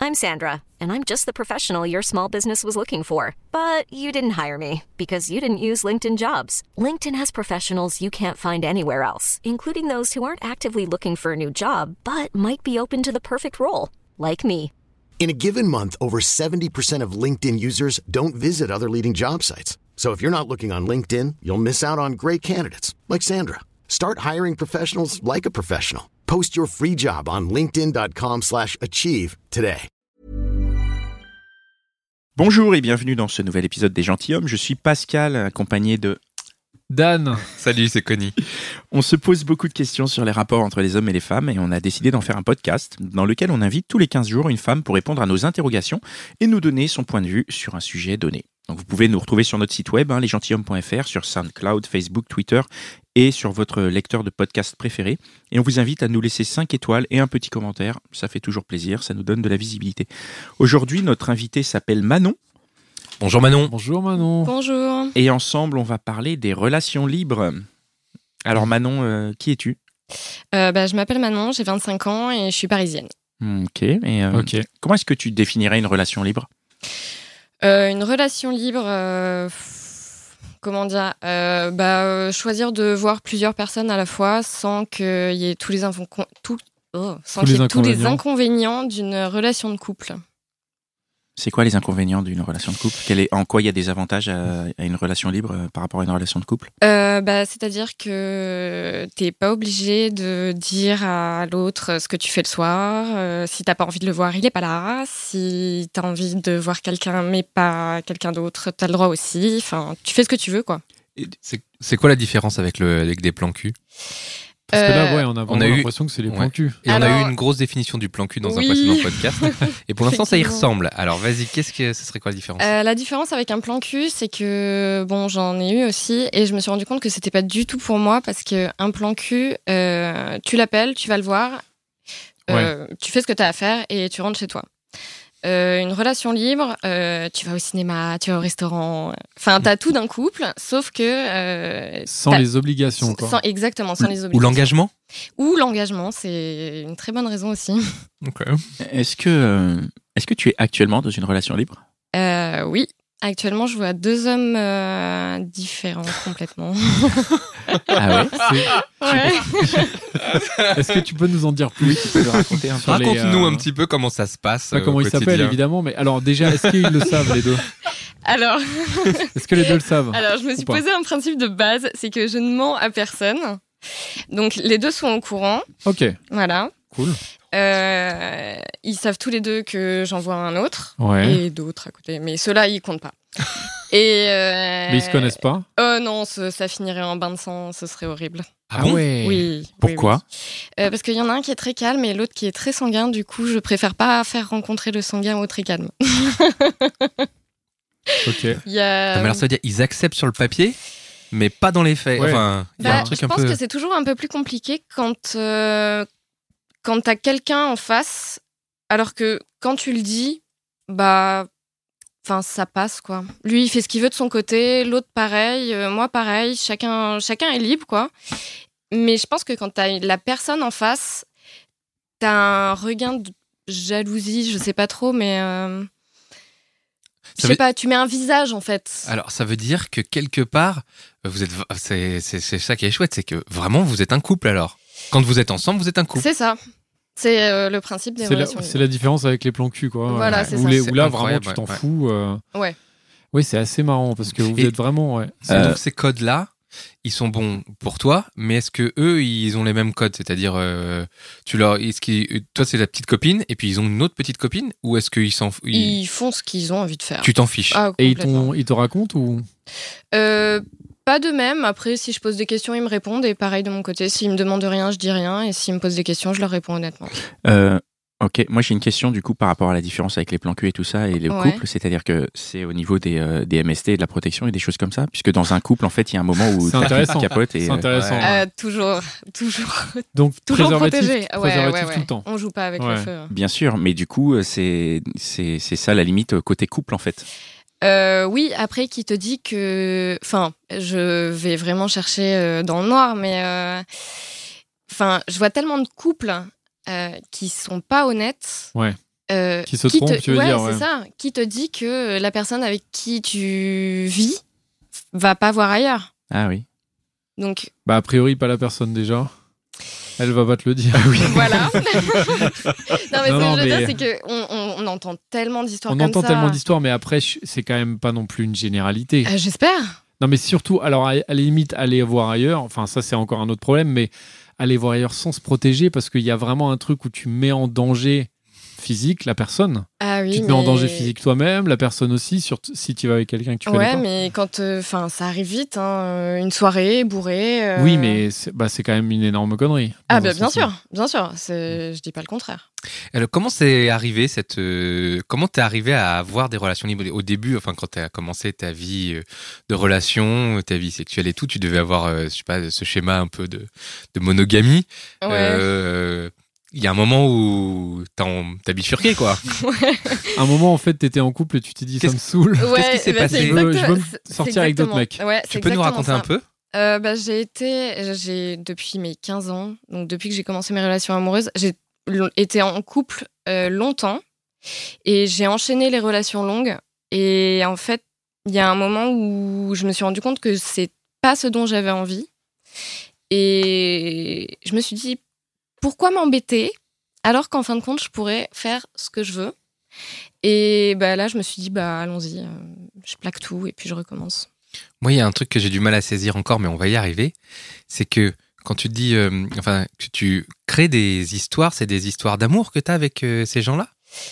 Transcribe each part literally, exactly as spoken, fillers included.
I'm Sandra, and I'm just the professional your small business was looking for. But you didn't hire me because you didn't use LinkedIn Jobs. LinkedIn has professionals you can't find anywhere else, including those who aren't actively looking for a new job, but might be open to the perfect role, like me. In a given month, over seventy percent of LinkedIn users don't visit other leading job sites. So if you're not looking on LinkedIn, you'll miss out on great candidates like Sandra. Start hiring professionals like a professional. Post your free job on linkedin.com slash achieve today. Bonjour et bienvenue dans ce nouvel épisode des Gentilshommes. Je suis Pascal, accompagné de Dan. Salut, c'est Connie. On se pose beaucoup de questions sur les rapports entre les hommes et les femmes et on a décidé d'en faire un podcast dans lequel on invite tous les quinze jours une femme pour répondre à nos interrogations et nous donner son point de vue sur un sujet donné. Donc vous pouvez nous retrouver sur notre site web, hein, les gentilshommes point f r, sur SoundCloud, Facebook, Twitter et sur votre lecteur de podcast préféré. Et on vous invite à nous laisser cinq étoiles et un petit commentaire. Ça fait toujours plaisir, ça nous donne de la visibilité. Aujourd'hui, notre invité s'appelle Manon. Bonjour Manon. Bonjour Manon. Bonjour. Et ensemble, on va parler des relations libres. Alors Manon, euh, qui es-tu ? euh, bah, Je m'appelle Manon, j'ai vingt-cinq ans et je suis parisienne. Ok. Et, euh, Ok. Comment est-ce que tu définirais une relation libre ? Euh, une relation libre, euh, comment dire euh, bah, euh, choisir de voir plusieurs personnes à la fois sans qu'il y ait tous les, info- tout, oh, sans Tous qu'il y les ait tous les inconvénients. inconvénients d'une relation de couple. C'est quoi les inconvénients d'une relation de couple ? Quel est, en quoi il y a des avantages à, à une relation libre euh, par rapport à une relation de couple ? Euh, bah, c'est-à-dire que t'es pas obligé de dire à l'autre ce que tu fais le soir. Euh, si t'as pas envie de le voir, il est pas là. Si t'as envie de voir quelqu'un mais pas quelqu'un d'autre, t'as le droit aussi. Enfin, tu fais ce que tu veux, quoi. C'est, c'est quoi la différence avec, le, avec des plans cul ? Parce que là, Euh, ouais, on a vraiment on a eu- l'impression que c'est les Ouais. plans cul. Et on Alors- a eu une grosse définition du plan cul dans Oui. un précédent podcast. Et pour l'instant, ça y Effectivement. ressemble. Alors vas-y, qu'est-ce que ce serait quoi la différence ? Euh, la différence avec un plan cul, c'est que bon, j'en ai eu aussi et je me suis rendu compte que c'était pas du tout pour moi parce que un plan cul, euh, tu l'appelles, tu vas le voir, euh, tu fais ce que t'as à faire et tu rentres chez toi. Euh, une relation libre, euh, tu vas au cinéma, tu vas au restaurant, enfin t'as tout d'un couple, sauf que euh, Sans t'as- les obligations, quoi. sans- exactement, sans les Ou obligations. l'engagement ? Ou l'engagement, c'est une très bonne raison aussi. Ok. Est-ce que, euh, est-ce que tu es actuellement dans une relation libre ? Euh, oui. Actuellement, je vois deux hommes euh, différents complètement. Ah ouais ? Ouais. Est-ce que tu peux nous en dire plus Tu peux le raconter un peu ? Sur les, Raconte-nous euh, un petit peu comment ça se passe. Pas euh, comment au ils s'appellent, quotidien. évidemment, mais alors déjà, est-ce qu'ils le savent, les deux ? Alors, Est-ce que les deux le savent ? alors, je me suis Ou pas posé un principe de base, c'est que je ne mens à personne. Donc, les deux sont au courant. Ok, Voilà. cool. Euh, ils savent tous les deux que j'en vois un autre. Ouais. Et d'autres à côté. Mais ceux-là, ils comptent pas. Et euh, Mais ils se connaissent pas ? Oh non, ce- ça finirait en bain de sang, ce serait horrible. Ah bon ? ouais. Oui. oui, Pourquoi ? oui. Euh, Parce qu'il y en a un qui est très calme et l'autre qui est très sanguin. Du coup, je préfère pas faire rencontrer le sanguin au très calme. Ok. Il y a... Non, mais alors ça veut dire ils acceptent sur le papier, mais pas dans les faits. Ouais. Enfin, il y a Bah, un truc je un pense peu. que c'est toujours un peu plus compliqué quand, euh, quand t'as quelqu'un en face, alors que quand tu le dis, bah, enfin, ça passe, quoi. Lui, il fait ce qu'il veut de son côté, l'autre pareil, euh, moi pareil, chacun, chacun est libre, quoi. Mais je pense que quand t'as la personne en face, t'as un regain de jalousie, je sais pas trop, mais... euh, Je Ça sais veut- pas, tu mets un visage, en fait. Alors ça veut dire que quelque part, vous êtes. C'est, c'est, c'est ça qui est chouette, c'est que vraiment vous êtes un couple alors. Quand vous êtes ensemble, vous êtes un couple. C'est ça. C'est euh, le principe des C'est la, relations c'est libres. la différence avec les plans cul, quoi. Voilà, Ouais. c'est Où, ça. les- C'est où là, vraiment, incroyable, tu t'en ouais. fous. euh. Ouais. Oui, c'est assez marrant parce que vous Et- êtes vraiment... Ouais. Donc Euh, ces codes-là, ils sont bons pour toi, mais est-ce que eux, ils ont les mêmes codes ? C'est-à-dire, euh, tu leur, est-ce qu'ils, toi, c'est la petite copine, et puis ils ont une autre petite copine, ou est-ce qu'ils s'en, ils- Ils font ce qu'ils ont envie de faire. tu t'en fiches ? Ah, Et ils, complètement. t'ont- ils te racontent ou... Euh, pas de même. Après, si je pose des questions, ils me répondent. Et pareil de mon côté, s'ils me demandent rien, je dis rien. Et s'ils me posent des questions, je leur réponds honnêtement. Euh, Ok, moi j'ai une question du coup par rapport à la différence avec les plans cul et tout ça et les Ouais. couples, c'est-à-dire que c'est au niveau des, euh, des M S T et de la protection et des choses comme ça, puisque dans un couple en fait il y a un moment où C'est t'as intéressant. qui capote et C'est euh, intéressant. ouais. Euh, toujours, toujours, Donc, toujours préservatif, protégé. Ouais, préservatif ouais, ouais. tout le temps. On joue pas avec Ouais. le feu. bien sûr, mais du coup euh, c'est c'est c'est ça la limite euh, côté couple en fait. Euh, oui, après, qui te dit que... Enfin, je vais vraiment chercher euh, dans le noir, mais... euh, Enfin, je vois tellement de couples euh, qui sont pas honnêtes. Ouais. Euh, Qui se trompe, te... tu veux ouais, dire, c'est ouais. ça. Qui te dit que la personne avec qui tu vis va pas voir ailleurs. Ah oui. Donc, Bah, a priori, pas la personne déjà. Elle va pas te le dire. Ah oui. voilà. non, mais Non, ce non, que je veux mais- dire, c'est qu'on on, on entend tellement d'histoires On comme entend ça. tellement d'histoires, mais après, je- c'est quand même pas non plus une généralité. Euh, J'espère. Non, mais surtout, alors à, à la limite, aller voir ailleurs, enfin, ça, c'est encore un autre problème, mais aller voir ailleurs sans se protéger, parce qu'il y a vraiment un truc où tu mets en danger physique la personne. Ah oui, tu te mais... mets en danger physique toi-même, la personne aussi, surtout si tu vas avec quelqu'un que tu connais Ouais, pas. mais quand, enfin, euh, ça arrive vite, hein, euh, une soirée bourrée. euh, Oui, mais c'est, bah, c'est quand même une énorme connerie. Ah dans bah, un bien sens. sûr, bien sûr. C'est, je dis pas le contraire. Alors, comment c'est arrivé cette euh, comment t'es arrivé à avoir des relations libres au début, enfin quand t'as commencé ta vie euh, de relation, ta vie sexuelle et tout, tu devais avoir euh, je sais pas ce schéma un peu de de monogamie. Ouais. Euh, Il y a un moment où t'as, en- t'as bifurqué quoi. À un moment, en fait, t'étais en couple et tu t'es dit, ça Qu'est-ce- me saoule. Qu'est-ce qui s'est bah, passé c'est Je veux- exactement- je veux me c'est- sortir c'est avec d'autres exactement- Ouais, Tu c'est peux nous exactement raconter ça. un peu? Euh, bah, j'ai été, j'ai depuis mes quinze ans, donc depuis que j'ai commencé mes relations amoureuses, j'ai l- été en couple euh, longtemps et j'ai enchaîné les relations longues. Et en fait, il y a un moment où je me suis rendu compte que c'est pas ce dont j'avais envie. Et je me suis dit, pourquoi m'embêter alors qu'en fin de compte, je pourrais faire ce que je veux. Et bah, là, je me suis dit, bah, allons-y, euh, je plaque tout et puis je recommence. Moi, il y a un truc que j'ai du mal à saisir encore, mais on va y arriver. C'est que quand tu te dis, euh, enfin, que tu crées des histoires, c'est des histoires d'amour que t'as avec euh, ces gens-là?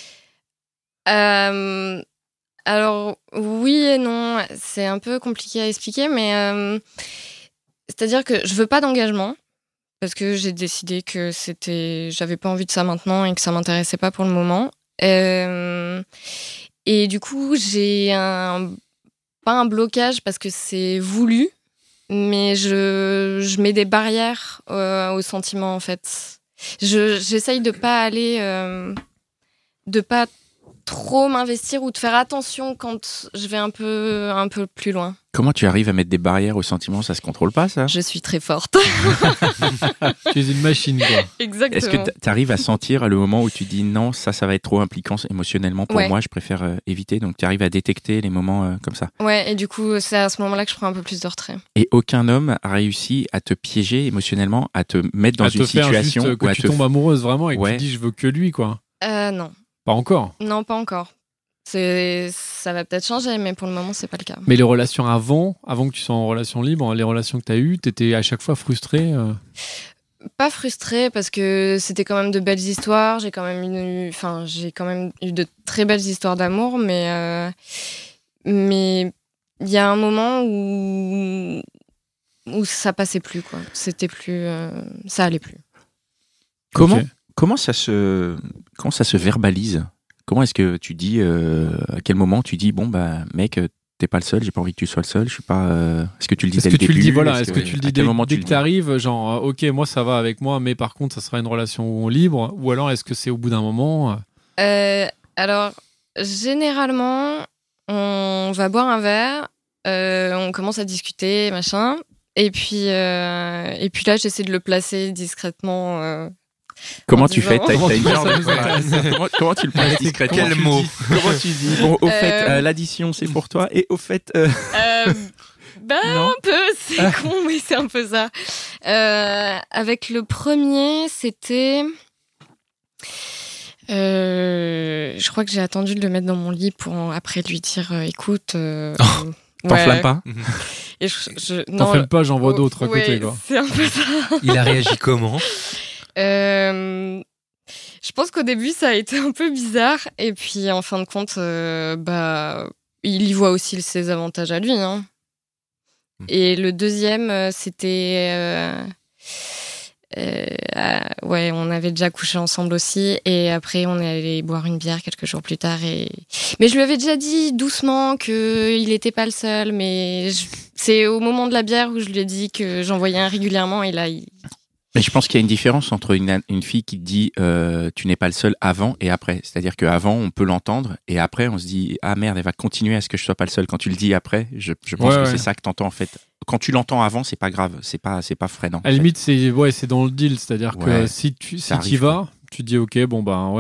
Euh, alors, oui et non, c'est un peu compliqué à expliquer, mais euh, c'est-à-dire que je veux pas d'engagement parce que j'ai décidé que c'était, j'avais pas envie de ça maintenant et que ça m'intéressait pas pour le moment. Euh, et du coup, j'ai un pas un blocage parce que c'est voulu, mais je, je mets des barrières euh, aux sentiments en fait. Je, j'essaye de pas aller, euh, de pas trop m'investir ou de faire attention quand je vais un peu, un peu plus loin. Comment tu arrives à mettre des barrières aux sentiments? Ça se contrôle pas, ça? Je suis très forte. Tu es une machine, quoi. Exactement. Est-ce que tu arrives à sentir le moment où tu dis non, ça, ça va être trop impliquant émotionnellement pour Ouais. moi, je préfère euh, éviter. Donc tu arrives à détecter les moments euh, comme ça. Ouais, et du coup, c'est à ce moment-là que je prends un peu plus de retrait. Et aucun homme a réussi à te piéger émotionnellement, à te mettre dans à une te faire situation juste que où à tu te tombes amoureuse vraiment et que Ouais. tu dis, je veux que lui, quoi. Euh, non. Pas encore. Non, pas encore. C'est... Ça va peut-être changer, mais pour le moment, c'est pas le cas. Mais les relations avant, avant que tu sois en relation libre, les relations que tu as eues, tu étais à chaque fois frustrée. euh. Pas frustrée parce que c'était quand même de belles histoires. J'ai quand même eu, enfin, j'ai quand même eu de très belles histoires d'amour, mais euh, mais il y a un moment où où ça passait plus quoi. C'était plus, euh, ça allait plus. Comment, Ok. comment, ça se, comment ça se verbalise? Comment est-ce que tu dis, euh, à quel moment tu dis, bon, bah, mec, euh, t'es pas le seul, j'ai pas envie que tu sois le seul, je suis pas. euh, Est-ce que tu le dis Est-ce dès que le tu le début? dis, voilà, est-ce que tu le à dis quel dès, moment dès tu que le tu arrives, genre, euh, ok, moi ça va avec moi, mais par contre, ça sera une relation libre, ou alors est-ce que c'est au bout d'un moment euh, Euh, alors généralement, on va boire un verre, euh, on commence à discuter, machin, et puis euh, et puis là, j'essaie de le placer discrètement. euh, Comment en tu disant- fais? T'as, t'as une Ça genre de- nous voilà. intéresse. comment, comment tu le places discrètement? Quel Tu mot? dis- Comment tu dis? Bon, au fait, Euh, euh, l'addition c'est pour toi, et au fait. euh, Euh, ben, Non. un peu, c'est Ah. con, mais c'est un peu ça. Euh, avec le premier, c'était. Euh, je crois que j'ai attendu de le mettre dans mon lit pour en- après lui dire euh, écoute. euh, T'enflammes pas? Et je, je- T'en non, fais pas, j'en vois oh, d'autres à côté, ouais, quoi. C'est un peu ça. Il a réagi comment? Euh, je pense qu'au début, ça a été un peu bizarre. Et puis, en fin de compte, euh, bah, il y voit aussi ses avantages à lui. Hein. Et le deuxième, euh, c'était... euh, euh, ah, ouais, on avait déjà couché ensemble aussi. Et après, on est allé boire une bière quelques jours plus tard. Et... Mais je lui avais déjà dit doucement qu'il n'était pas le seul. Mais je- c'est au moment de la bière où je lui ai dit que j'en voyais un régulièrement. Et là, il... Mais je pense qu'il y a une différence entre une, une fille qui te dit euh, tu n'es pas le seul avant et après. C'est-à-dire qu'avant, on peut l'entendre et après, on se dit ah merde, elle va continuer à ce que je sois pas le seul. Quand tu le dis après, je, je pense Ouais, que ouais. c'est ça que t'entends en fait. Quand tu l'entends avant, c'est pas grave, c'est pas, c'est pas freinant. À la limite, c'est ouais, c'est dans le deal, c'est-à-dire que Ouais, si tu si ça t'y arrive, vas, tu dis ok, bon bah ouais.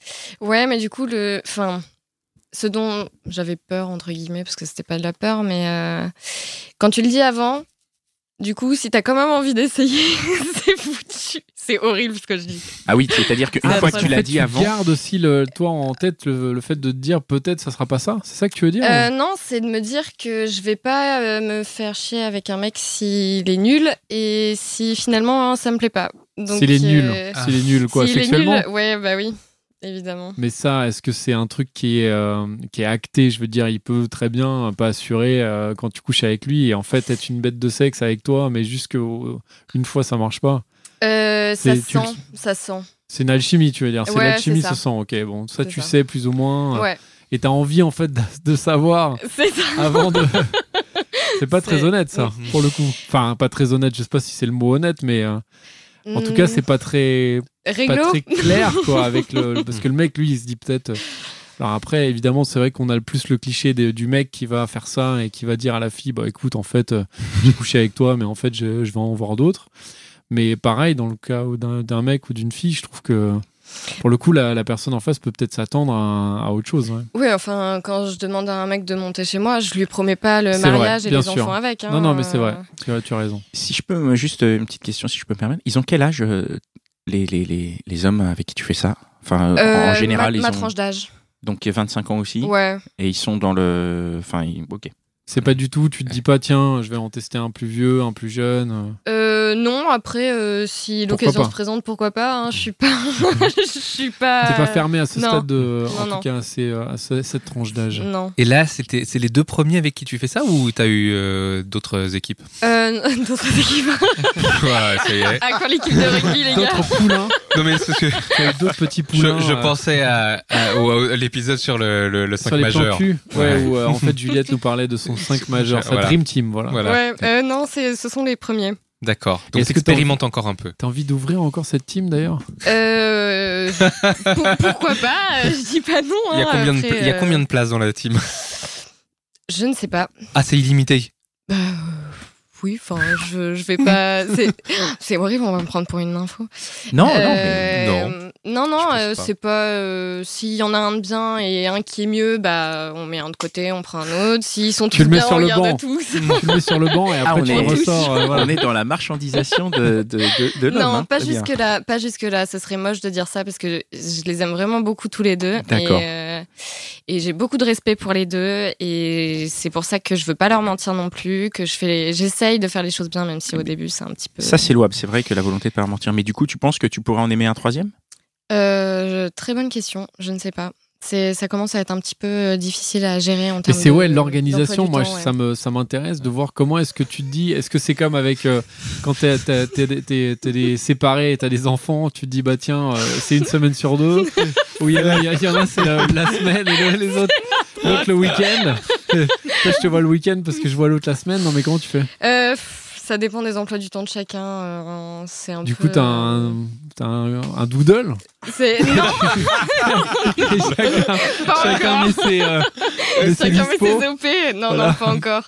Ouais, mais du coup, le, enfin, ce dont j'avais peur entre guillemets, parce que c'était pas de la peur, mais euh, quand tu le dis avant, du coup, si t'as quand même envie d'essayer, c'est foutu. C'est horrible ce que je dis. Ah oui, c'est-à-dire qu'une Ah, fois parce que tu qu'en l'as fait, dit tu avant. gardes aussi le, toi en tête le, le fait de te dire peut-être ça sera pas ça. C'est ça que tu veux dire Euh, ou... non, c'est de me dire que je vais pas euh, me faire chier avec un mec s'il est nul et si finalement hein, ça me plaît pas. Donc, S'il est nul, euh, s'il est nul quoi, s'il est sexuellement. nul, ouais, bah oui, évidemment. Mais ça, est-ce que c'est un truc qui est, euh, qui est acté? Je veux dire, il peut très bien pas assurer euh, quand tu couches avec lui et en fait être une bête de sexe avec toi, mais juste qu'une fois ça marche pas. Euh, ça C'est- tu sent, le- ça sent. C'est une alchimie, tu veux dire. C'est Ouais, l'alchimie c'est se ça. sent, ok. Bon, ça C'est tu ça. sais plus ou moins. Ouais, Et t'as envie en fait de, de savoir c'est ça. avant de. C'est pas très C'est- honnête ça, Mhm. pour le coup. Enfin, pas très honnête, je sais pas si c'est le mot honnête, mais euh, en tout cas, c'est pas très. Pas Réglo. très clair quoi avec le parce que le mec lui il se dit peut-être alors après évidemment c'est vrai qu'on a le plus le cliché des- du mec qui va faire ça et qui va dire à la fille bah écoute en fait euh, j'ai couché avec toi mais en fait je, je vais en voir d'autres mais pareil dans le cas d'un, d'un mec ou d'une fille je trouve que pour le coup la, la personne en face peut peut-être s'attendre à, à autre chose ouais. Oui, enfin, quand je demande à un mec de monter chez moi, je lui promets pas le C'est vrai, mariage et bien les sûr. enfants avec. hein. Non non mais c'est vrai tu as, tu as raison Si je peux, moi, juste euh, une petite question, si je peux me permettre. Ils ont quel âge, euh, les, les, les, les hommes avec qui tu fais ça? Enfin, euh, Euh, en général, ma, ils ma ont tranche d'âge. donc vingt-cinq ans aussi. Ouais. Et ils sont dans le. Enfin, ils- ok. c'est pas du tout tu te dis pas tiens je vais en tester un plus vieux un plus jeune Euh, non, après, euh, si Pourquoi l'occasion pas se présente, pourquoi pas. hein, je suis pas, je suis pas. t'es pas fermé à ce non. stade de en Non, tout non. cas à, ces- à ce- cette tranche d'âge Non. Et là, c'était, c'est les deux premiers avec qui tu fais ça ou t'as eu euh, d'autres équipes? Euh, d'autres équipes. Voilà, ça y est. À quoi l'équipe de rugby, les gars? d'autres poulains Non mais c'est parce que t'as eu d'autres petits je, poulains je euh, pensais à, à- au- à l'épisode sur le, le, le cinq sur les plans majeur. cul, ouais, Ouais. où euh, en fait Juliette nous parlait de son cinq majeur, sa Voilà. Dream Team, voilà. Voilà. Ouais, euh, non, c'est, ce sont les premiers. D'accord. Donc Est-ce que t'expérimentes encore un peu. T'as envie d'ouvrir encore cette team d'ailleurs? Euh, pour- pourquoi pas? euh, Je dis pas non. Il y a hein, combien de, après, il y a euh, combien de places dans la team? Je ne sais pas. Ah, c'est illimité. Bah, euh, oui, enfin, je, je vais pas. C'est, c'est horrible, on va me prendre pour une info. Non, non, mais. Euh, non, non, Je pense euh, pas. c'est pas. euh, S'il y en a un de bien et un qui est mieux, bah, on met un de côté, on prend un autre. S'ils sont Tu tous le mets bien, sur on le regarde banc. tous. Tu le mets sur le banc et Ah, après on tu est- le ressors. euh, voilà. On est dans la marchandisation de, de, de, de l'homme. Non, hein, pas très bien. jusque là, pas jusque là. Ce serait moche de dire ça parce que je les aime vraiment beaucoup tous les deux. D'accord. Et, euh, et j'ai beaucoup de respect pour les deux et c'est pour ça que je veux pas leur mentir non plus, que je fais, les- j'essaye de faire les choses bien, même si au début c'est un petit peu. Ça, c'est louable. C'est vrai que la volonté de pas leur mentir. Mais du coup, tu penses que tu pourrais en aimer un troisième? Euh, très bonne question. Je ne sais pas. C'est, ça commence à être un petit peu euh, difficile à gérer en Et termes c'est de- ouais l'organisation. d'emploi du Moi, temps, ouais. ça me ça m'intéresse de voir comment est-ce que tu te dis. Est-ce que c'est comme avec euh, quand t'es t'es t'es t'es- t'es des séparés, et t'as des enfants, tu te dis bah tiens euh, c'est une semaine sur deux. Ou il y, en a- il y a- il y en a c'est la, la semaine et le- les autres l'autre le week-end. Toi je te vois le week-end parce que je vois l'autre la semaine. Non mais comment tu fais? Euh, pff, ça dépend des emplois du temps de chacun. euh, c'est un Du peu, coup t'as un t'as un, un doodle. C'est non, Et chacun pas chacun encore. met ses euh, met ses Chacun met dispos. ses O P. Non, Voilà. non, pas encore.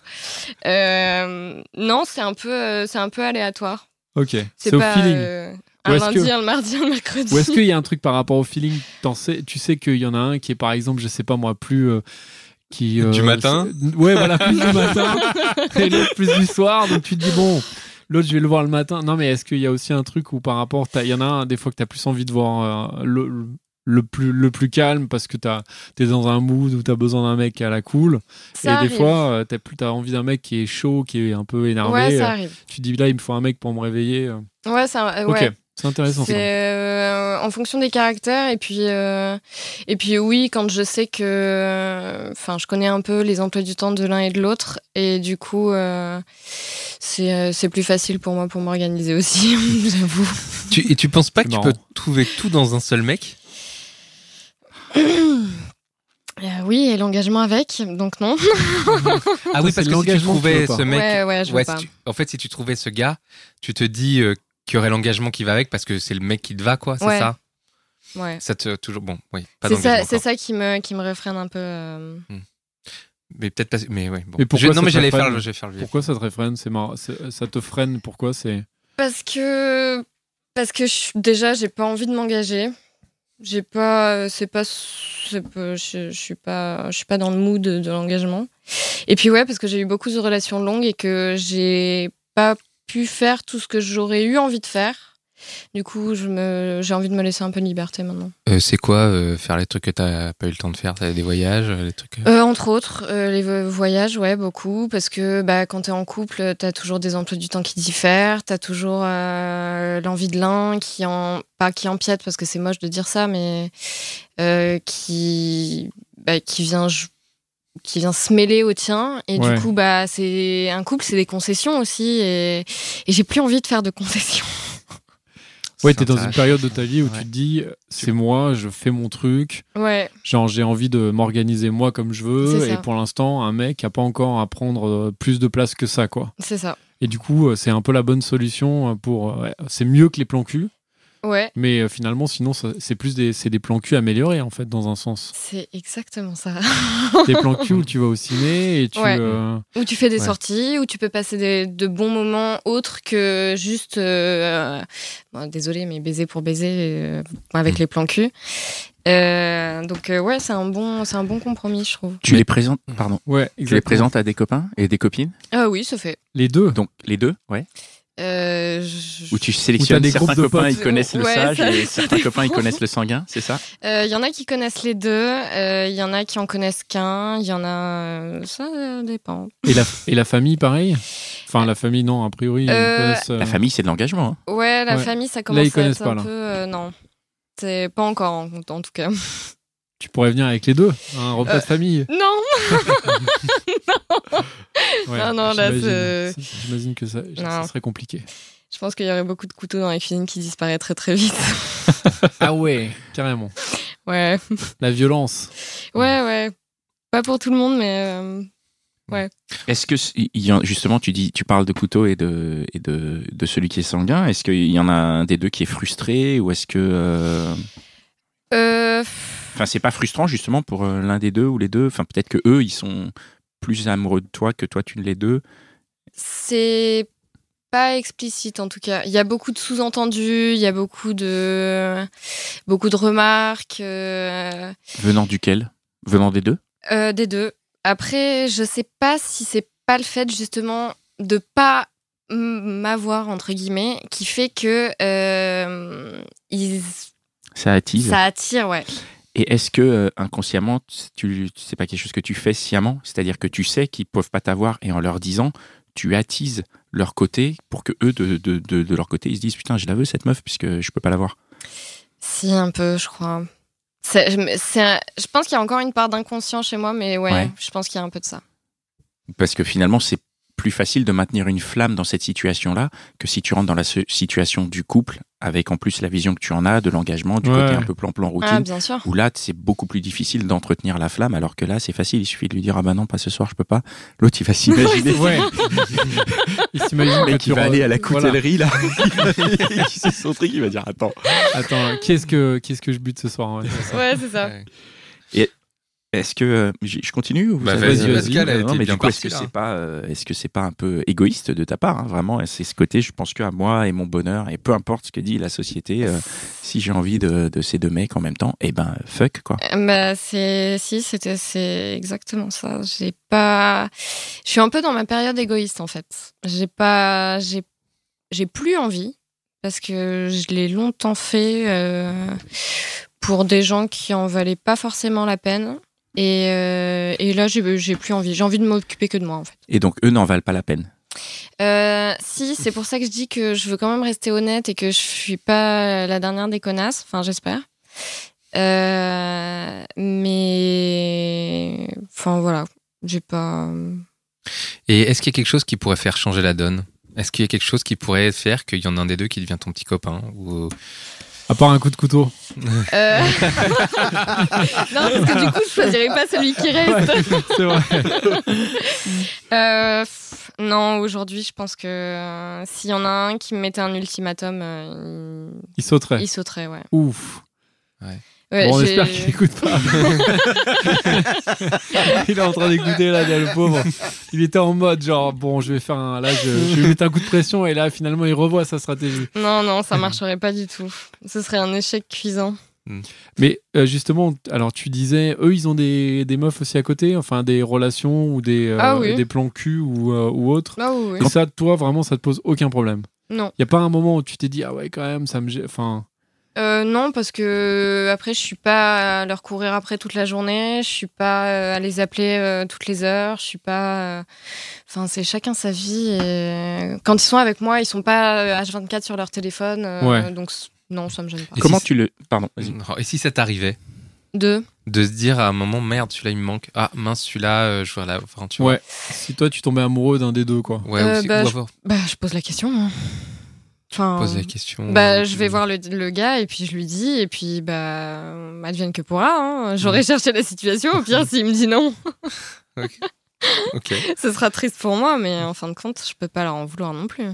Euh, non, c'est un peu, euh, c'est un peu aléatoire. Ok. C'est, C'est au pas feeling. euh, Ou un est-ce lundi, que- un mardi, un mercredi. Ou est-ce qu'il y a un truc par rapport au feeling t'en sais, tu sais qu'il y en a un qui est par exemple, je sais pas moi, plus euh, qui euh, Du matin c'est- Ouais, voilà, plus du matin et l'autre plus du soir. Donc tu te dis bon, l'autre je vais le voir le matin. Non, mais est-ce qu'il y a aussi un truc où par rapport, t'as- il y en a un des fois que t'as plus envie de voir euh, le, le plus le plus calme parce que t'as, t'es dans un mood où t'as besoin d'un mec à la cool. Ça et arrive. des fois, euh, t'as plus t'as envie d'un mec qui est chaud, qui est un peu énervé. Ouais, ça euh, arrive. tu te dis là, il me faut un mec pour me réveiller. euh. Ouais, ça, euh, Ok, ouais. c'est intéressant. C'est ça. euh, en fonction des caractères et puis euh, et puis oui, quand je sais que, enfin, je connais un peu les emplois du temps de l'un et de l'autre et du coup, euh, c'est euh, c'est plus facile pour moi pour m'organiser aussi, j'avoue. Tu, et tu penses pas C'est que tu marrant. peux trouver tout dans un seul mec? Euh, oui, et l'engagement avec, donc non. Ah oui, c'est parce que si tu l'engagement que tu trouvais veux pas. ce mec, Ouais, ouais, je veux ouais, pas. si tu- en fait, si tu trouvais ce gars, tu te dis euh, qu'il y aurait l'engagement qui va avec parce que c'est le mec qui te va, quoi, c'est Ouais. ça? Ouais. Ça te toujours bon, oui, pas C'est d'engagement ça, c'est encore. ça qui me qui me réfrène un peu. euh. Mais peut-être pas. Mais ouais. Bon. Mais pourquoi Je- non, ça mais te j'allais freine faire, le- je vais faire le. Pourquoi ça te réfrène? C'est marrant. C'est- Ça te freine? Pourquoi? C'est Parce que parce que je, déjà j'ai pas envie de m'engager. J'ai pas, c'est pas, c'est pas je, je suis pas, je suis pas dans le mood de, de l'engagement. Et puis ouais, parce que j'ai eu beaucoup de relations longues et que j'ai pas pu faire tout ce que j'aurais eu envie de faire. Du coup, je me, j'ai envie de me laisser un peu de liberté maintenant. Euh, c'est quoi euh, faire les trucs que t'as pas eu le temps de faire? T'as des voyages, les trucs euh... Euh, entre autres, euh, les vo- voyages, ouais, beaucoup, parce que bah, quand t'es en couple, t'as toujours des emplois du temps qui diffèrent, t'as toujours euh, l'envie de l'un qui en, pas qui empiète parce que c'est moche de dire ça, mais euh, qui, bah, qui vient qui vient se mêler au tien, et Ouais. du coup, bah, c'est un couple, c'est des concessions aussi, et, et j'ai plus envie de faire de concessions. Ouais, Ça t'es dans une t'intéresse. période de ta vie où Ouais. tu te dis, c'est moi, je fais mon truc, Ouais, genre j'ai envie de m'organiser moi comme je veux, C'est ça. et pour l'instant, un mec a pas encore à prendre euh, plus de place que ça, quoi. c'est ça. Et du coup, euh, c'est un peu la bonne solution pour. euh, ouais, c'est mieux que les plans cul, Ouais, mais euh, finalement, sinon, ça- c'est plus des, c'est des plans cul améliorés en fait, dans un sens. c'est exactement ça. Des plans cul où tu vas au ciné et tu. Ouais. euh, Où tu fais des Ouais. sorties, où tu peux passer des, de bons moments autres que juste, euh, bon, désolé, mais baiser pour baiser euh, avec Mm. les plans cul. Euh, donc euh, ouais, c'est un bon, c'est un bon compromis, je trouve. Tu les présentes, pardon, Ouais, tu les exactement. présentes à des copains et des copines. Ah oui, ça fait. Les deux. Donc les deux, ouais. Euh, je- Où tu sélectionnes des certains groupes de copains, potes. ils connaissent le Ouais, sage ça- et ça certains dépend. copains, ils connaissent le sanguin, c'est ça? Euh, Il y en a qui connaissent les deux, euh, il y en a qui en connaissent qu'un, il y en a. euh, Ça euh, dépend. Et la, et la famille, pareil. Enfin, la famille, non, a priori, ils Euh, connaissent. euh, La famille, c'est de l'engagement. hein. Ouais, la Ouais. famille, ça Là, commence ils à connaissent être pas, un là. peu. euh, non. C'est pas encore, en, en tout cas. Tu pourrais venir avec les deux, un repas Euh, de famille. Non! Ouais, non, non, là, j'imagine. c'est- J'imagine que ça, ça Non. serait compliqué. Je pense qu'il y aurait beaucoup de couteaux dans la cuisine qui disparaîtraient très vite. Ah ouais, carrément. Ouais. La violence. Ouais, ouais. Pas pour tout le monde, mais. euh, Est-ce que c- il y en- justement tu dis, tu parles de couteau et de et de, de celui qui est sanguin. Est-ce qu'il y en a un des deux qui est frustré ou est-ce que, euh, euh, enfin, c'est pas frustrant justement pour euh, l'un des deux ou les deux. Enfin, peut-être que eux, ils sont plus amoureux de toi que toi tu ne l'es d'eux. c'est pas explicite en tout cas. Il y a beaucoup de sous-entendus, il y a beaucoup de beaucoup de remarques euh, Venant duquel? Venant des deux? euh, des deux. Après, je sais pas si c'est pas le fait justement de pas m- m'avoir entre guillemets qui fait que euh, ils, Ça attise. ça attire, ouais. Et est-ce que euh, inconsciemment, tu, c'est pas quelque chose que tu fais sciemment? C'est-à-dire que tu sais qu'ils peuvent pas t'avoir et en leur disant, tu attises leur côté pour que eux, de, de, de, de leur côté, ils se disent putain, je la veux cette meuf puisque je peux pas l'avoir. Si, un peu, je crois. C'est, c'est un- je pense qu'il y a encore une part d'inconscient chez moi, mais ouais, Ouais. je pense qu'il y a un peu de ça. Parce que finalement, c'est plus facile de maintenir une flamme dans cette situation-là que si tu rentres dans la se- situation du couple avec en plus la vision que tu en as, de l'engagement, du Ouais. côté un peu plan-plan Ah, routine. bien sûr. Où là, c'est beaucoup plus difficile d'entretenir la flamme, alors que là, c'est facile. Il suffit de lui dire ah bah non, pas ce soir, je peux pas. L'autre, il va s'imaginer. Ouais. Il s'imagine Le que mec, tu il va re- aller à la Voilà. coutellerie, là. Il sait son truc, il va dire attends. Attends, qu'est-ce que, qu'est-ce que je bute ce soir ouais, c'est ça. Ouais, c'est ça. Ouais. Est-ce que euh, j'y- je continue ou Bah, vous vas-y, avez- Pascal, Non, elle était mais bien du coup, est-ce partie, que là. c'est pas, euh, est-ce que c'est pas un peu égoïste de ta part, hein, vraiment? C'est ce côté, je pense qu'à moi et mon bonheur, et peu importe ce que dit la société, euh, si j'ai envie de, de ces deux mecs en même temps, eh ben fuck quoi. Euh, Bah, c'est, si, c'était, c'est exactement ça. J'ai pas, je suis un peu dans ma période égoïste, en fait. J'ai pas, j'ai, j'ai plus envie, parce que je l'ai longtemps fait, euh, pour des gens qui en valaient pas forcément la peine. Et, euh, et là, j'ai, j'ai plus envie. J'ai envie de m'occuper que de moi, en fait. Et donc eux n'en valent pas la peine. Euh, si, c'est pour ça que je dis que je veux quand même rester honnête et que je suis pas la dernière des connasses. Enfin, j'espère. Euh, mais, enfin voilà, j'ai pas. Et est-ce qu'il y a quelque chose qui pourrait faire changer la donne? Est-ce qu'il y a quelque chose qui pourrait faire qu'il y en a un des deux qui devient ton petit copain ou... À part un coup de couteau. Euh... non, parce que du coup, je choisirais pas celui qui reste. C'est vrai. Euh, pff, non, aujourd'hui, je pense que euh, s'il y en a un qui me mettait un ultimatum, euh, Il sauterait. il, il sauterait, ouais. Ouf. Ouais, Bon, on j'ai- espère qu'il écoute pas. Il est en train d'écouter là, le pauvre. Il était en mode genre bon, je vais faire un là, je, je vais lui mettre un coup de pression et là finalement il revoit sa stratégie. Non, non, ça marcherait pas du tout. Ce serait un échec cuisant. Mm. Mais euh, justement, alors tu disais, eux, ils ont des, des meufs aussi à côté, enfin des relations ou des, euh, Ah oui. des plans cul ou, euh, ou autre. Ah oui, Et oui. ça, toi, vraiment, ça te pose aucun problème. Non. Il y a pas un moment où tu t'es dit, ah ouais, quand même, ça me gê- enfin. Euh, non, parce que après, je suis pas à leur courir après toute la journée. Je suis pas euh, à les appeler euh, toutes les heures. Je suis pas. euh, Enfin, c'est chacun sa vie. Et quand ils sont avec moi, ils sont pas euh, H vingt-quatre sur leur téléphone. euh, Ouais. Donc c- non, ça me gêne pas. Et Comment si- tu le. Pardon, vas-y. Et si ça t'arrivait Deux. de se dire à un moment, merde, celui-là il me manque. Ah mince, celui-là, euh, je vois là. Enfin, tu vois. Ouais. Si toi, tu tombais amoureux d'un des deux, quoi. Ouais, Euh, aussi, bah, ou je- avoir Bah, je pose la question. hein. Enfin. posé la question. Bah, euh, je tu- vais voir le, le gars et puis je lui dis et puis bah advienne que pourra. Hein. J'aurais cherché la situation. Au pire, s'il me dit non, Ok. Ok. ce sera triste pour moi. Mais en fin de compte, je peux pas leur en vouloir non plus.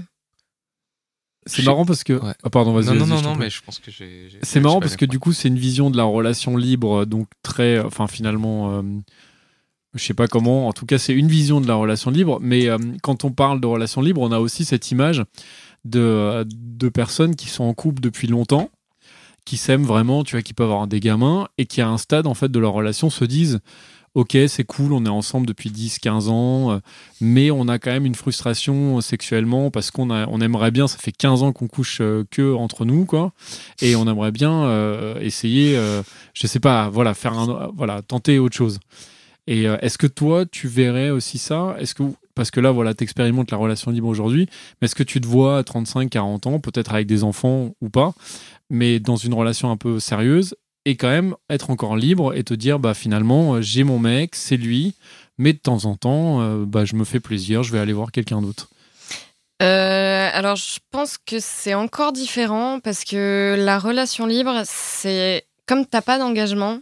C'est Je- marrant parce que. Ouais. Ah, pardon, vas-y. Non, non, vas-y, non, je t'en non, prie. mais je pense que j'ai. j'ai- C'est j'ai marrant pas parce que bien du coup, c'est une vision de la relation libre, donc très. Enfin, finalement. euh, Je sais pas comment. En tout cas, c'est une vision de la relation libre. Mais euh, quand on parle de relation libre, on a aussi cette image de, de personnes qui sont en couple depuis longtemps, qui s'aiment vraiment, tu vois, qui peuvent avoir des gamins et qui, à un stade en fait de leur relation, se disent ok, c'est cool, on est ensemble depuis dix quinze ans, euh, mais on a quand même une frustration sexuellement parce qu'on a, on aimerait bien, ça fait quinze ans qu'on couche euh, que entre nous, quoi, et on aimerait bien euh, essayer, euh, je sais pas, voilà, faire un, voilà, tenter autre chose. Et euh, est-ce que toi, tu verrais aussi ça? Est-ce que, parce que là, voilà, t'expérimentes la relation libre aujourd'hui, mais est-ce que tu te vois à trente-cinq quarante ans, peut-être avec des enfants ou pas, mais dans une relation un peu sérieuse, et quand même être encore libre et te dire, bah finalement, euh, j'ai mon mec, c'est lui, mais de temps en temps, euh, bah, je me fais plaisir, je vais aller voir quelqu'un d'autre. Euh, alors, je pense que c'est encore différent parce que la relation libre, c'est comme t'as pas d'engagement,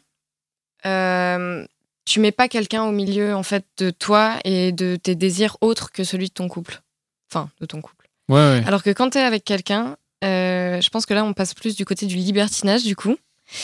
euh, tu mets pas quelqu'un au milieu en fait de toi et de tes désirs autres que celui de ton couple, enfin de ton couple. Ouais, ouais. Alors que quand t'es avec quelqu'un, euh, je pense que là on passe plus du côté du libertinage du coup.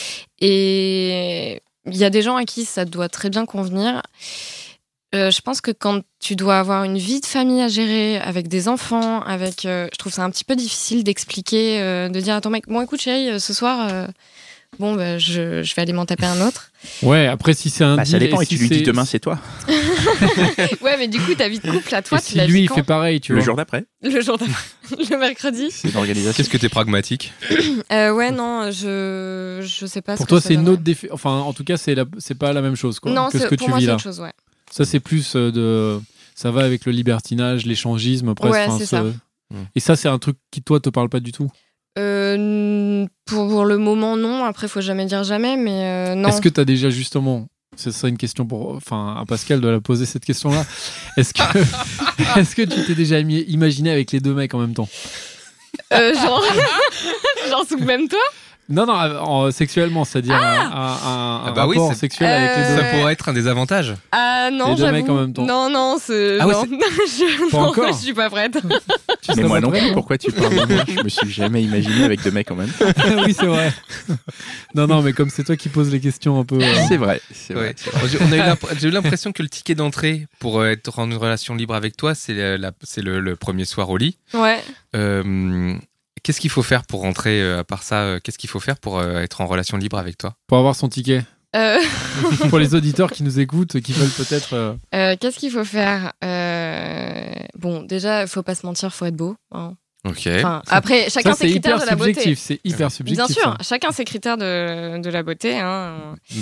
Et il y a des gens à qui ça doit très bien convenir. Euh, je pense que quand tu dois avoir une vie de famille à gérer avec des enfants, avec, euh, je trouve ça un petit peu difficile d'expliquer, euh, de dire à ton mec, bon écoute chérie, euh, ce soir, euh, bon bah, je, je vais aller m'en taper un autre. Ouais, après, si c'est un Bah, ça deal dépend, et et tu si lui dis c'est- demain, c'est toi. Ouais, mais du coup ta vie de couple à toi, et tu si la lui, vis il quand fait pareil, tu Le vois. jour d'après, le jour d'après, le mercredi. c'est une organisation. Qu'est-ce que t'es pragmatique? Euh, ouais non, je je sais pas. Pour ce toi, que ça c'est une donnerait. autre défi... Enfin, en tout cas, c'est la... c'est pas la même chose, quoi, Non, que ce c'est- que pour tu moi vis c'est là. autre chose, ouais. Ça, c'est plus euh, de... Ça va avec le libertinage, l'échangisme, presque. Ouais, enfin, c'est ce- ça. Et ça, c'est un truc qui, toi, te parle pas du tout. Euh, pour, pour le moment non. Après faut jamais dire jamais, mais euh, non. Est-ce que tu as déjà justement, c'est ça une question pour, enfin, à Pascal de la poser cette question-là. Est-ce que, est-ce que tu t'es déjà imi- imaginé avec les deux mecs en même temps? Euh, genre, genre sous le même toit. Non, non, en- sexuellement, c'est-à-dire un, un- un- Ah un bah oui, rapport c'est- sexuel avec les Euh, deux. Ça Ouais. pourrait être un des avantages. Ah non, Les deux j'avoue. mecs en même temps. Non, non, c'est. Ah ouais, non. je... Pas non, encore. je suis pas prête. Tu Mais serais moi pas non prêt, plus, pourquoi tu parles de moi? Je me suis jamais imaginé avec deux mecs en même temps. Oui, c'est vrai. Non, non, mais comme c'est toi qui poses les questions un peu. euh, C'est vrai, c'est vrai. Ouais. c'est vrai. J'ai on a eu l'imp- j'ai eu l'impression que le ticket d'entrée pour euh, être en une relation libre avec toi, c'est la- la- c'est le, le premier soir au lit. Ouais. Euh, Qu'est-ce qu'il faut faire pour rentrer, euh, à part ça, euh, qu'est-ce qu'il faut faire pour euh, être en relation libre avec toi? Pour avoir son ticket. Euh, Pour les auditeurs qui nous écoutent, qui veulent peut-être. euh, euh, Qu'est-ce qu'il faut faire Euh, Bon, déjà, faut pas se mentir, faut être beau. hein. Ok. Enfin, après, chacun Ça, c'est ses critères hyper de la beauté. subjectif. C'est hyper subjectif. Bien sûr, ça. chacun ses critères de, de la beauté. Hein. Mm.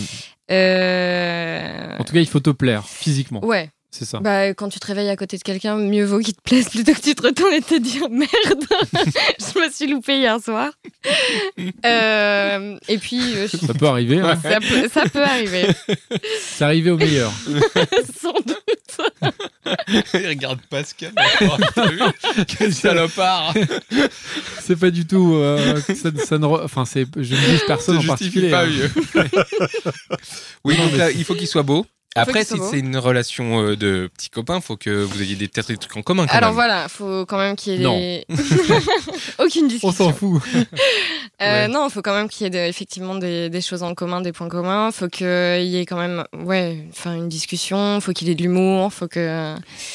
Euh... En tout cas, il faut te plaire physiquement. Ouais. C'est ça. Bah, quand tu te réveilles à côté de quelqu'un, mieux vaut qu'il te plaise plutôt que tu te retournes et te dire merde, je me suis loupée hier soir. Euh, et puis, euh, je- Ça peut arriver. hein. ça, peut, ça peut arriver, C'est arrivé au meilleur. sans doute. Regarde Pascal. Quel salopard. C'est pas du tout. euh, ça, ça ne re- Enfin, c'est. Je ne juge personne en particulier. pas hein. mieux. Oui, Non, donc mais là, c'est- il faut qu'il soit beau. Après, qu'il soit si beau. c'est une relation euh, de petits copains, il faut que vous ayez des, peut-être des trucs en commun. Quand Alors même. voilà, faut quand même qu'il y ait Non. des... aucune On discussion. s'en fout. Euh, Ouais. Non, il faut quand même qu'il y ait de- effectivement des, des choses en commun, des points communs. Faut qu'il y ait quand même, ouais, enfin une discussion. Faut qu'il ait de l'humour. Faut que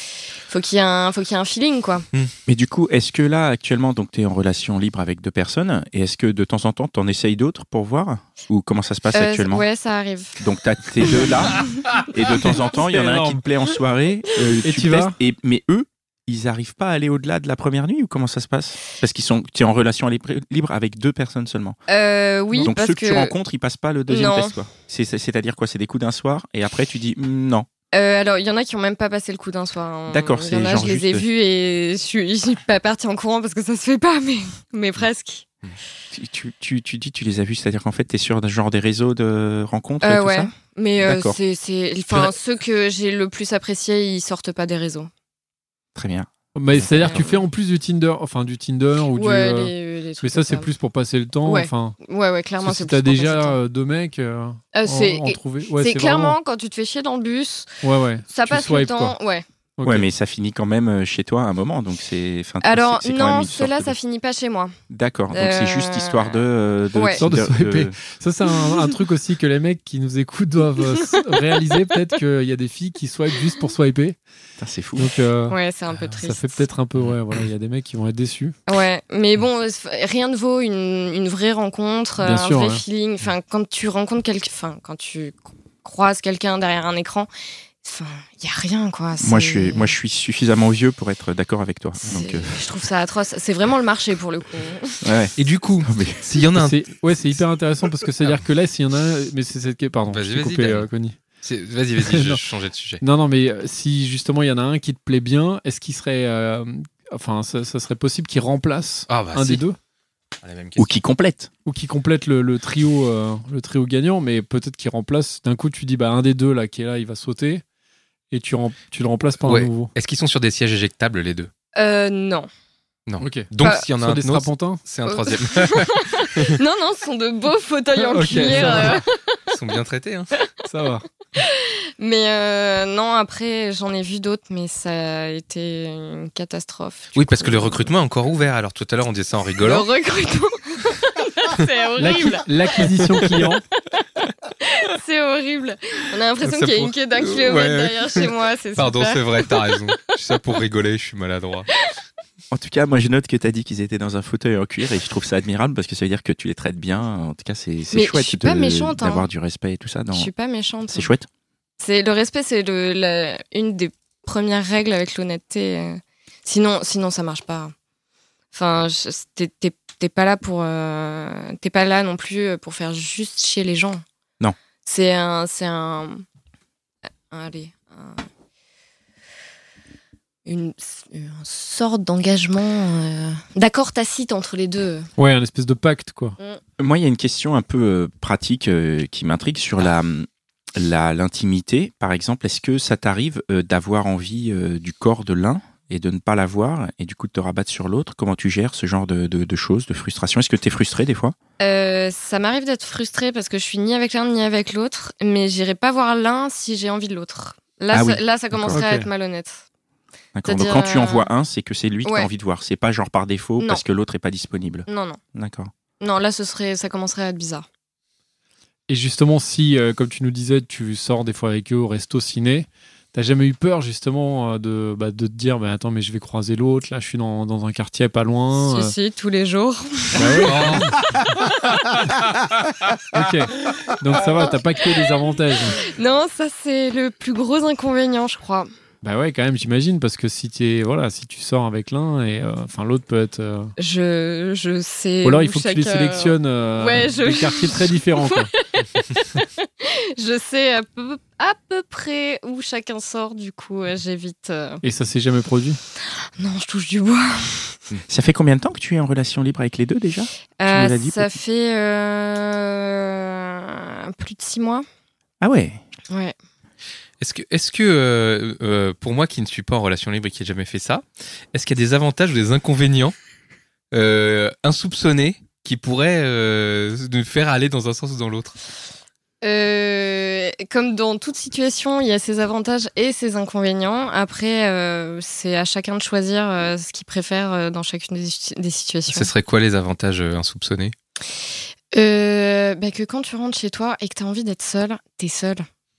faut qu'il y ait un, faut qu'il y ait un feeling, quoi. Mais du coup, est-ce que là, actuellement, donc tu es en relation libre avec deux personnes, et est-ce que de temps en temps, tu en essayes d'autres pour voir? Ou comment ça se passe Euh, actuellement? Ouais, ça arrive. Donc tu as tes deux là, et de temps en temps, il y en a un qui te plaît en soirée, euh, Et tu tu testes, vas et, mais eux, ils arrivent pas à aller au-delà de la première nuit, ou comment ça se passe? Parce qu'ils sont, tu es en relation libre, libre avec deux personnes seulement. Euh, oui, Donc parce ceux que, que tu rencontres, ils passent pas le deuxième Non. test, quoi. C'est, c'est- c'est-à-dire quoi? C'est des coups d'un soir, et après tu dis mm, non. Euh, alors, il y en a qui ont même pas passé le coup d'un soir. hein. D'accord, Il y c'est en a, genre je les ai juste- vus et je suis, je suis pas partie en courant parce que ça se fait pas, mais, mais presque. Tu, tu, tu, tu dis tu les as vus, c'est-à-dire qu'en fait, tu es sur un genre des réseaux de rencontres et Euh, tout ouais, ça? mais euh, D'accord. c'est, c'est, enfin, ceux que j'ai le plus appréciés, ils sortent pas des réseaux. Très bien. Mais c'est-à-dire que tu fais en plus du Tinder, enfin du Tinder ou du. Ouais, euh, les, les trucs Mais ça, comme c'est plus pour passer le temps. Ouais. Enfin, Ouais, ouais, clairement, parce que c'est si t'as plus pour passer le déjà temps. euh, deux mecs, euh, Euh, en- c'est, en trouver. Ouais, c'est clairement vraiment- quand tu te fais chier dans le bus, Ouais, ouais. ça Tu passe swipes, le temps. quoi. Ouais. Ok. Ouais, mais ça finit quand même euh, chez toi à un moment, donc c'est. enfin, Alors c'est- c'est quand même non, une sorte ceux-là, de- ça finit pas chez moi. D'accord, donc Euh, c'est juste histoire de. euh, de, Ouais. Histoire de de- swiper. Ça, c'est un, un truc aussi que les mecs qui nous écoutent doivent euh, s- réaliser. Peut-être qu'il y a des filles qui swipent juste pour swiper. Putain, c'est fou. Donc, euh, Ouais, c'est un peu triste. ça fait peut-être un peu. Ouais, voilà, il y a des mecs qui vont être déçus. Ouais, mais bon, euh, rien ne vaut une, une vraie rencontre, Bien un sûr, vrai ouais. feeling. Enfin, quand tu rencontres quelqu'un, enfin, quand tu croises quelqu'un derrière un écran, enfin, il y a rien, quoi. Moi C'est- je, suis, moi, je suis suffisamment vieux pour être d'accord avec toi. c'est- Donc, euh, Je trouve ça atroce. C'est vraiment le marché pour le coup. ouais. Et du coup, Non, mais- s'il y en a un. C'est- Ouais, c'est hyper intéressant parce que c'est-à-dire que là, s'il y en a un. Mais c'est cette. Pardon, Vas-y, je t'ai vas-y, coupé, Dan. euh, Connie. c'est- Vas-y, vas-y, je Non. changeais de sujet. Non, non, mais euh, si justement il y en a un qui te plaît bien, est-ce qu'il serait. euh, Enfin, ça, ça serait possible qu'il remplace Ah, bah, un si. des deux? Ah, la même question. Ou qui complète. Ou qui complète le, le trio euh, le trio gagnant, mais peut-être qu'il remplace. D'un coup, tu dis bah un des deux là qui est là, il va sauter, et tu, rem- tu le remplaces par Ouais. un nouveau. Est-ce qu'ils sont sur des sièges éjectables, les deux? Euh, non. Non. Ok. Donc, Pas- s'il y en a Sur un des autre, strapontins. c'est un Euh. troisième. non, non, ce sont de beaux fauteuils en Ok, cuir. ça va. euh. Ils sont bien traités. Hein. Ça va. Mais euh, non, après, j'en ai vu d'autres, mais ça a été une catastrophe. Du Oui, parce coup, que le recrutement est encore ouvert. Alors, tout à l'heure, on disait ça en Le rigolant. recrutement. c'est horrible. L'acqui- L'acquisition client. C'est horrible. On a l'impression Ça qu'il y a pour- une queue d'un kilomètre Ouais, ouais. derrière chez moi. C'est Pardon, super. c'est vrai, t'as raison. Je suis ça pour rigoler, je suis maladroit. En tout cas, moi je note que tu as dit qu'ils étaient dans un fauteuil en cuir et je trouve ça admirable parce que ça veut dire que tu les traites bien. En tout cas, c'est, c'est Mais chouette je suis de- pas méchante, hein. d'avoir du respect et tout ça. Dans... Je suis pas méchante. C'est chouette. C'est le respect, c'est le, la- une des premières règles avec l'honnêteté. euh. Sinon, sinon ça marche pas. Enfin, je- t'es, t'es- t'es pas là pour, euh, t'es pas là non plus pour faire juste chier les gens. Non. C'est un, c'est un, un- allez, un- une, une sorte d'engagement, euh, d'accord tacite entre les deux. Ouais, un espèce de pacte quoi. Moi, il y a une question un peu euh, pratique euh, qui m'intrigue sur la, la, l'intimité. Par exemple, est-ce que ça t'arrive euh, d'avoir envie euh, du corps de l'un et de ne pas l'avoir et du coup de te rabattre sur l'autre? Comment tu gères ce genre de, de, de choses, de frustration? Est-ce que tu es frustré des fois? Euh, ça m'arrive d'être frustrée parce que je suis ni avec l'un ni avec l'autre, mais j'irai pas voir l'un si j'ai envie de l'autre. Là, Ah ça, oui. là, ça commencerait D'accord, à ok. être malhonnête. D'accord. Donc C'est-à-dire, quand tu euh, en vois un, c'est que c'est lui que tu ouais. as envie de voir. C'est pas genre par défaut Non. parce que l'autre est pas disponible. Non, non. D'accord. Non, là, ce serait, ça commencerait à être bizarre. Et justement, si, euh, comme tu nous disais, tu sors des fois avec eux au resto ciné, t'as jamais eu peur justement euh, de, bah, de te dire bah, attends, mais je vais croiser l'autre, là je suis dans, dans un quartier pas loin. Si, si, tous les jours. euh. Ok, donc ça va, t'as pas que des avantages. Non, ça, c'est le plus gros inconvénient, je crois. Bah ouais, quand même, j'imagine, parce que si, t'es, voilà, si tu sors avec l'un, et euh, enfin l'autre peut être. euh, Je, je sais. Ou alors où il faut que tu les chacun- sélectionnes euh, Ouais, je- des quartiers très différents. Quoi. Je sais à peu, à peu près où chacun sort, du coup, euh, j'évite. euh. Et ça s'est jamais produit. Non, je touche du bois. Ça fait combien de temps que tu es en relation libre avec les deux déjà? Euh, nous l'as dit, ça fait euh, plus de six mois. Ah ouais. Ouais. Est-ce que, est-ce que euh, euh, pour moi qui ne suis pas en relation libre et qui n'ai jamais fait ça, est-ce qu'il y a des avantages ou des inconvénients euh, insoupçonnés qui pourraient euh, nous faire aller dans un sens ou dans l'autre? Euh, comme dans toute situation, il y a ses avantages et ses inconvénients. Après, euh, c'est à chacun de choisir euh, ce qu'il préfère euh, dans chacune des, des situations. Ce serait quoi les avantages euh, insoupçonnés? Euh, bah que quand tu rentres chez toi et que tu as envie d'être seul, t'es seul.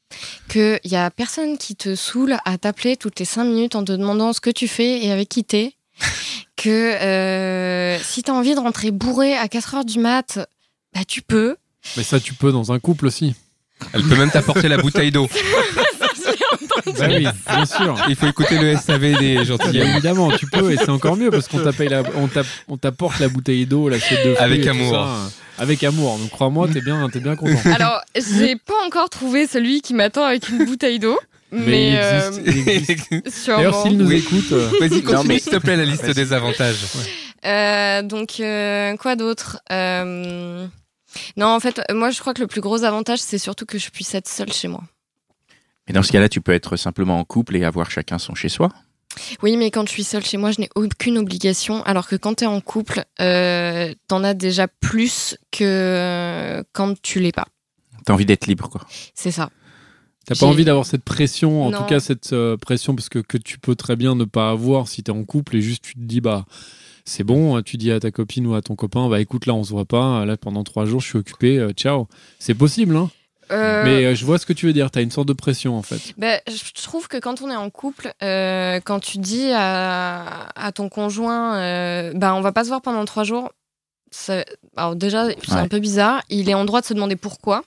qu'il y a personne qui te saoule à t'appeler toutes les cinq minutes en te demandant ce que tu fais et avec qui t'es. Que euh, si t'as envie de rentrer bourré à quatre heures du mat, bah tu peux. Mais ça, tu peux dans un couple aussi. Elle peut même t'apporter la bouteille d'eau. Bah oui, bien sûr. Il faut écouter le S A V des Bien gentilshommes. évidemment, tu peux, et c'est encore mieux parce qu'on t'appelle la, on, tape, on t'apporte la bouteille d'eau, l'assiette de fruits. Avec et tout amour. ça, euh, avec amour. Donc crois-moi, t'es bien, t'es bien content. Alors, j'ai pas encore trouvé celui qui m'attend avec une bouteille d'eau. Mais, Mais, il euh, existe. il existe. sûrement. D'ailleurs, s'il nous Oui. écoute, euh, Vas-y, continue Non, mais- s'il te plaît la liste des avantages. Euh, donc, euh, quoi d'autre Euh, Non, en fait, moi, je crois que le plus gros avantage, c'est surtout que je puisse être seule chez moi. Mais dans ce cas-là, tu peux être simplement en couple et avoir chacun son chez-soi. Oui, mais quand je suis seule chez moi, je n'ai aucune obligation. Alors que quand t'es en couple, euh, t'en as déjà plus que euh, quand tu l'es pas. T'as envie d'être libre, quoi. C'est ça. t'as J'ai- pas envie d'avoir cette pression, en Non. tout cas cette euh, pression, parce que, que tu peux très bien ne pas avoir si t'es en couple et juste tu te dis, bah, c'est bon, tu dis à ta copine ou à ton copain, bah écoute, là, on se voit pas, là, pendant trois jours, je suis occupé, euh, ciao. C'est possible, hein. Euh, Mais euh, je vois ce que tu veux dire, t'as une sorte de pression, en fait. Ben, je trouve que quand on est en couple, euh, quand tu dis à, à ton conjoint, euh, ben, on va pas se voir pendant trois jours, ça- alors déjà, c'est Ouais. un peu bizarre. Il est en droit de se demander pourquoi,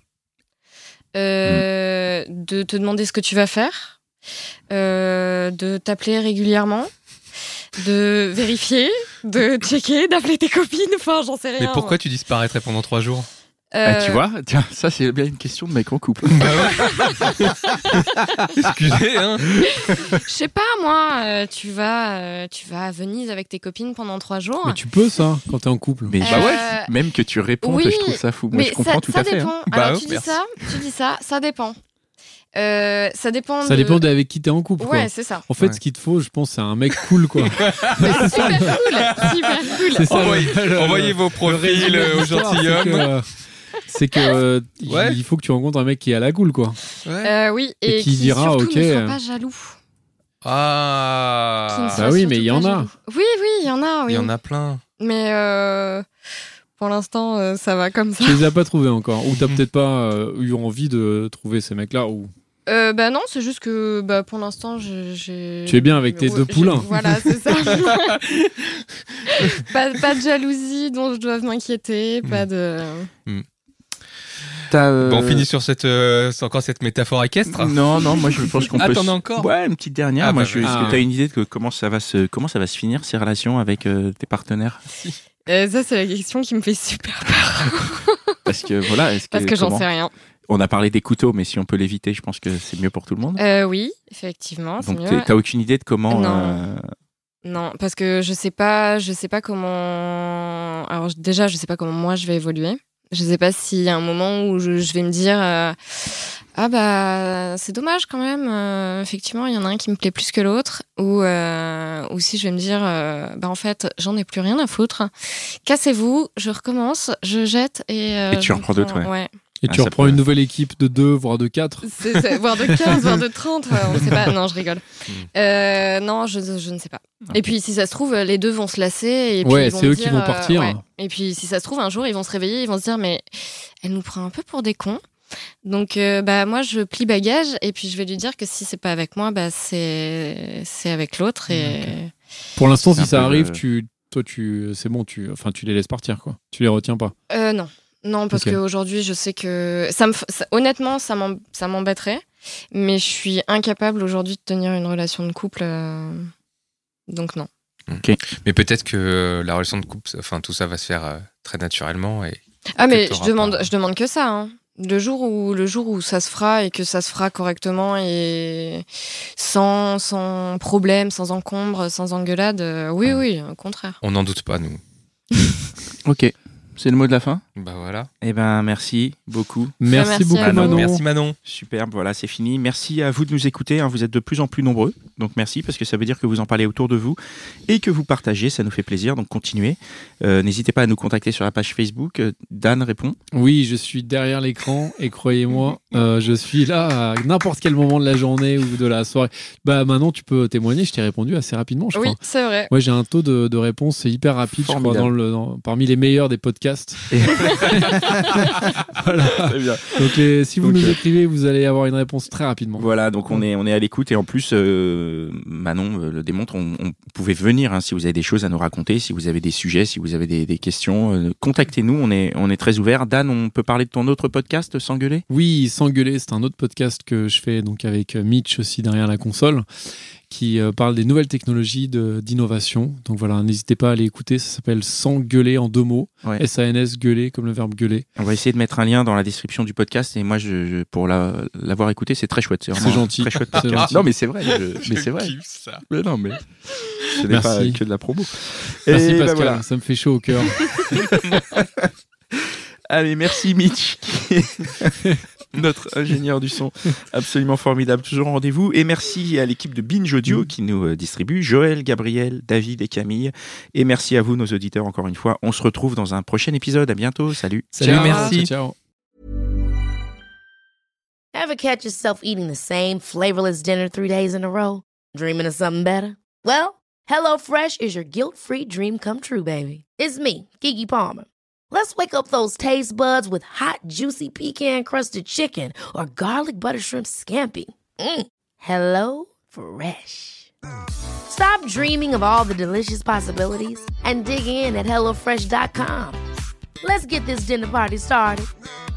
euh, de te demander ce que tu vas faire, euh, de t'appeler régulièrement, de vérifier, de checker, d'appeler tes copines, enfin, j'en sais rien. Mais pourquoi tu disparaîtrais pendant trois jours? Euh, Ah, tu vois, tiens, ça c'est bien une question de mec en couple. Excusez, hein. Je sais pas, moi, euh, tu, vas, euh, tu vas à Venise avec tes copines pendant trois jours. Mais tu peux, ça, quand t'es en couple. Mais Euh, bah ouais, même que tu répondes, oui, je trouve ça fou. Moi, Mais je comprends ça, tout ça à fait. dépend. hein. Bah, Alors, tu dis merci. ça, tu dis ça, ça dépend. Euh, ça dépend Ça de... dépend d'avec qui t'es en couple, quoi. Ouais, c'est ça. En fait, Ouais. ce qu'il te faut, je pense, c'est un mec cool, quoi. Super cool, super cool. C'est ça. Envoyez, le- le- envoyez vos le profils résumé de aux l'histoire, gentilshommes. c'est que, C'est que euh, il- Ouais. il faut que tu rencontres un mec qui est à la cool, quoi. Ouais. Euh, oui, et, Et qui dira, surtout ok, ne euh, soit pas jaloux. Qui ne Ah. soit Bah oui, surtout mais il y pas en a. jaloux. Oui, oui, il y en a, oui. Il y en a plein. Mais euh, pour l'instant, euh, ça va comme ça. Tu les as pas trouvés encore. Ou t'as Mhm. peut-être pas euh, eu envie de trouver ces mecs-là. Ou... Euh, bah non, c'est juste que bah, pour l'instant, je- j'ai... Tu es bien avec tes Ouais, deux j'ai- poulains. Voilà, c'est ça. pas, pas de jalousie dont je dois m'inquiéter, pas de... T'as, euh, Bon, on finit sur cette, euh, c'est encore cette métaphore équestre. Non, non, moi je pense qu'on Ah, peut. t'en as s- encore Ouais, une petite dernière. Ah, moi, bah, je, est-ce ah, que t'as une idée de comment ça va se, comment ça va se finir ces relations avec euh, tes partenaires? Euh, ça, c'est la question qui me fait super peur. Parce que voilà, est-ce que, Parce que j'en comment sais rien. On a parlé des couteaux, mais si on peut l'éviter, je pense que c'est mieux pour tout le monde. Euh, oui, effectivement, c'est Donc mieux. t'es- t'as aucune idée de comment. Non. euh, Non, parce que je sais pas, je sais pas comment. Alors déjà, je sais pas comment moi je vais évoluer. Je sais pas s'il y a un moment où je, je vais me dire euh, ah bah c'est dommage quand même. euh, effectivement, il y en a un qui me plaît plus que l'autre, ou euh, ou si je vais me dire euh, bah en fait j'en ai plus rien à foutre. Cassez-vous, je recommence, je jette et. euh, Et tu je reprends d'autres, ouais. ouais. Et Ah, tu ça reprends peut- une nouvelle équipe de deux, voire de quatre. C'est, c'est- voire de quinze, voire de trente, ouais, on ne sait pas. Non, je rigole. Euh, non, je, je ne sais pas. Et puis, si ça se trouve, les deux vont se lasser. Et puis, Ouais, ils vont c'est eux me qui dire, vont euh, partir. ouais. Et puis, si ça se trouve, un jour, ils vont se réveiller, ils vont se dire, mais elle nous prend un peu pour des cons. Donc, euh, bah, moi, je plie bagage et puis je vais lui dire que si c'est pas avec moi, bah, c'est, c'est avec l'autre. Et... Pour l'instant, C'est si un ça peu arrive, le- tu, toi, tu, c'est bon, tu, enfin, tu les laisses partir, quoi. Tu les retiens pas. Euh, non. Non, parce Ok. qu'aujourd'hui, je sais que. Ça me, f- ça- honnêtement, ça, m'em- ça m'embêterait. Mais je suis incapable aujourd'hui de tenir une relation de couple. euh, Donc, non. Mais peut-être que euh, la relation de couple, enfin tout ça va se faire euh, très naturellement et Ah, mais t'auras je demande, pas- je demande que ça. Hein. Le jour où, le jour où ça se fera et que ça se fera correctement et sans, sans problème, sans encombre, sans engueulade, euh, oui, oui, au contraire. on n'en doute pas nous. Ok, c'est le mot de la fin. Bah voilà. Eh ben, merci beaucoup. Merci, merci beaucoup, à vous. Manon. Merci Manon. Superbe, voilà, c'est fini. Merci à vous de nous écouter. hein, Vous êtes de plus en plus nombreux. Donc merci, parce que ça veut dire que vous en parlez autour de vous et que vous partagez. Ça nous fait plaisir. Donc continuez. Euh, N'hésitez pas à nous contacter sur la page Facebook. Euh, Dan répond. Oui, je suis derrière l'écran et croyez-moi, euh, je suis là à n'importe quel moment de la journée ou de la soirée. Bah Manon, tu peux témoigner, je t'ai répondu assez rapidement, je Oui, crois. c'est vrai. Ouais, j'ai un taux de, de réponse hyper rapide, je crois, Formidable. dans le, dans- parmi les meilleurs des podcasts podcast. Et- Voilà. Très bien. Donc les- si vous Donc, nous euh, écrivez, vous allez avoir une réponse très rapidement. Voilà, donc on est on est à l'écoute et en plus euh, Manon euh, le démontre, on, on pouvait venir hein, si vous avez des choses à nous raconter, si vous avez des sujets, si vous avez des, des questions, euh, contactez-nous, on est on est très ouvert. Dan, on peut parler de ton autre podcast S'engueuler ? Oui, S'engueuler, c'est un autre podcast que je fais donc avec Mitch aussi derrière la console, qui euh, parle des nouvelles technologies de, d'innovation. Donc voilà, n'hésitez pas à aller écouter, ça s'appelle S'engueuler en deux mots, Ouais. S A N S gueuler comme le verbe gueuler. On va essayer de mettre un lien dans la description du podcast et moi je, je- pour la, l'avoir écouté, c'est très chouette, c'est vraiment C'est gentil. un très chouette C'est podcast. gentil. Non mais c'est vrai, je- mais c'est vrai. kiffe ça. Mais non mais ce n'est Merci. pas que de la promo. Merci Et ben Pascal, voilà. ça me fait chaud au cœur. Allez, merci Mitch, qui est notre ingénieur du son, absolument formidable, toujours au rendez-vous. Et merci à l'équipe de Binge Audio qui nous euh, distribue, Joël, Gabriel, David et Camille. Et merci à vous, nos auditeurs, encore une fois. On se retrouve dans un prochain épisode. À bientôt. Salut. Salut, Ciao, merci. Ciao. Ever catch yourself eating the same flavorless dinner three days in a row? Dreaming of something better? Well, HelloFresh is your guilt-free dream come true, baby. It's me, Keke Palmer. Let's wake up those taste buds with hot, juicy pecan-crusted chicken or garlic butter shrimp scampi. Mm. Hello Fresh. Stop dreaming of all the delicious possibilities and dig in at hello fresh dot com. Let's get this dinner party started.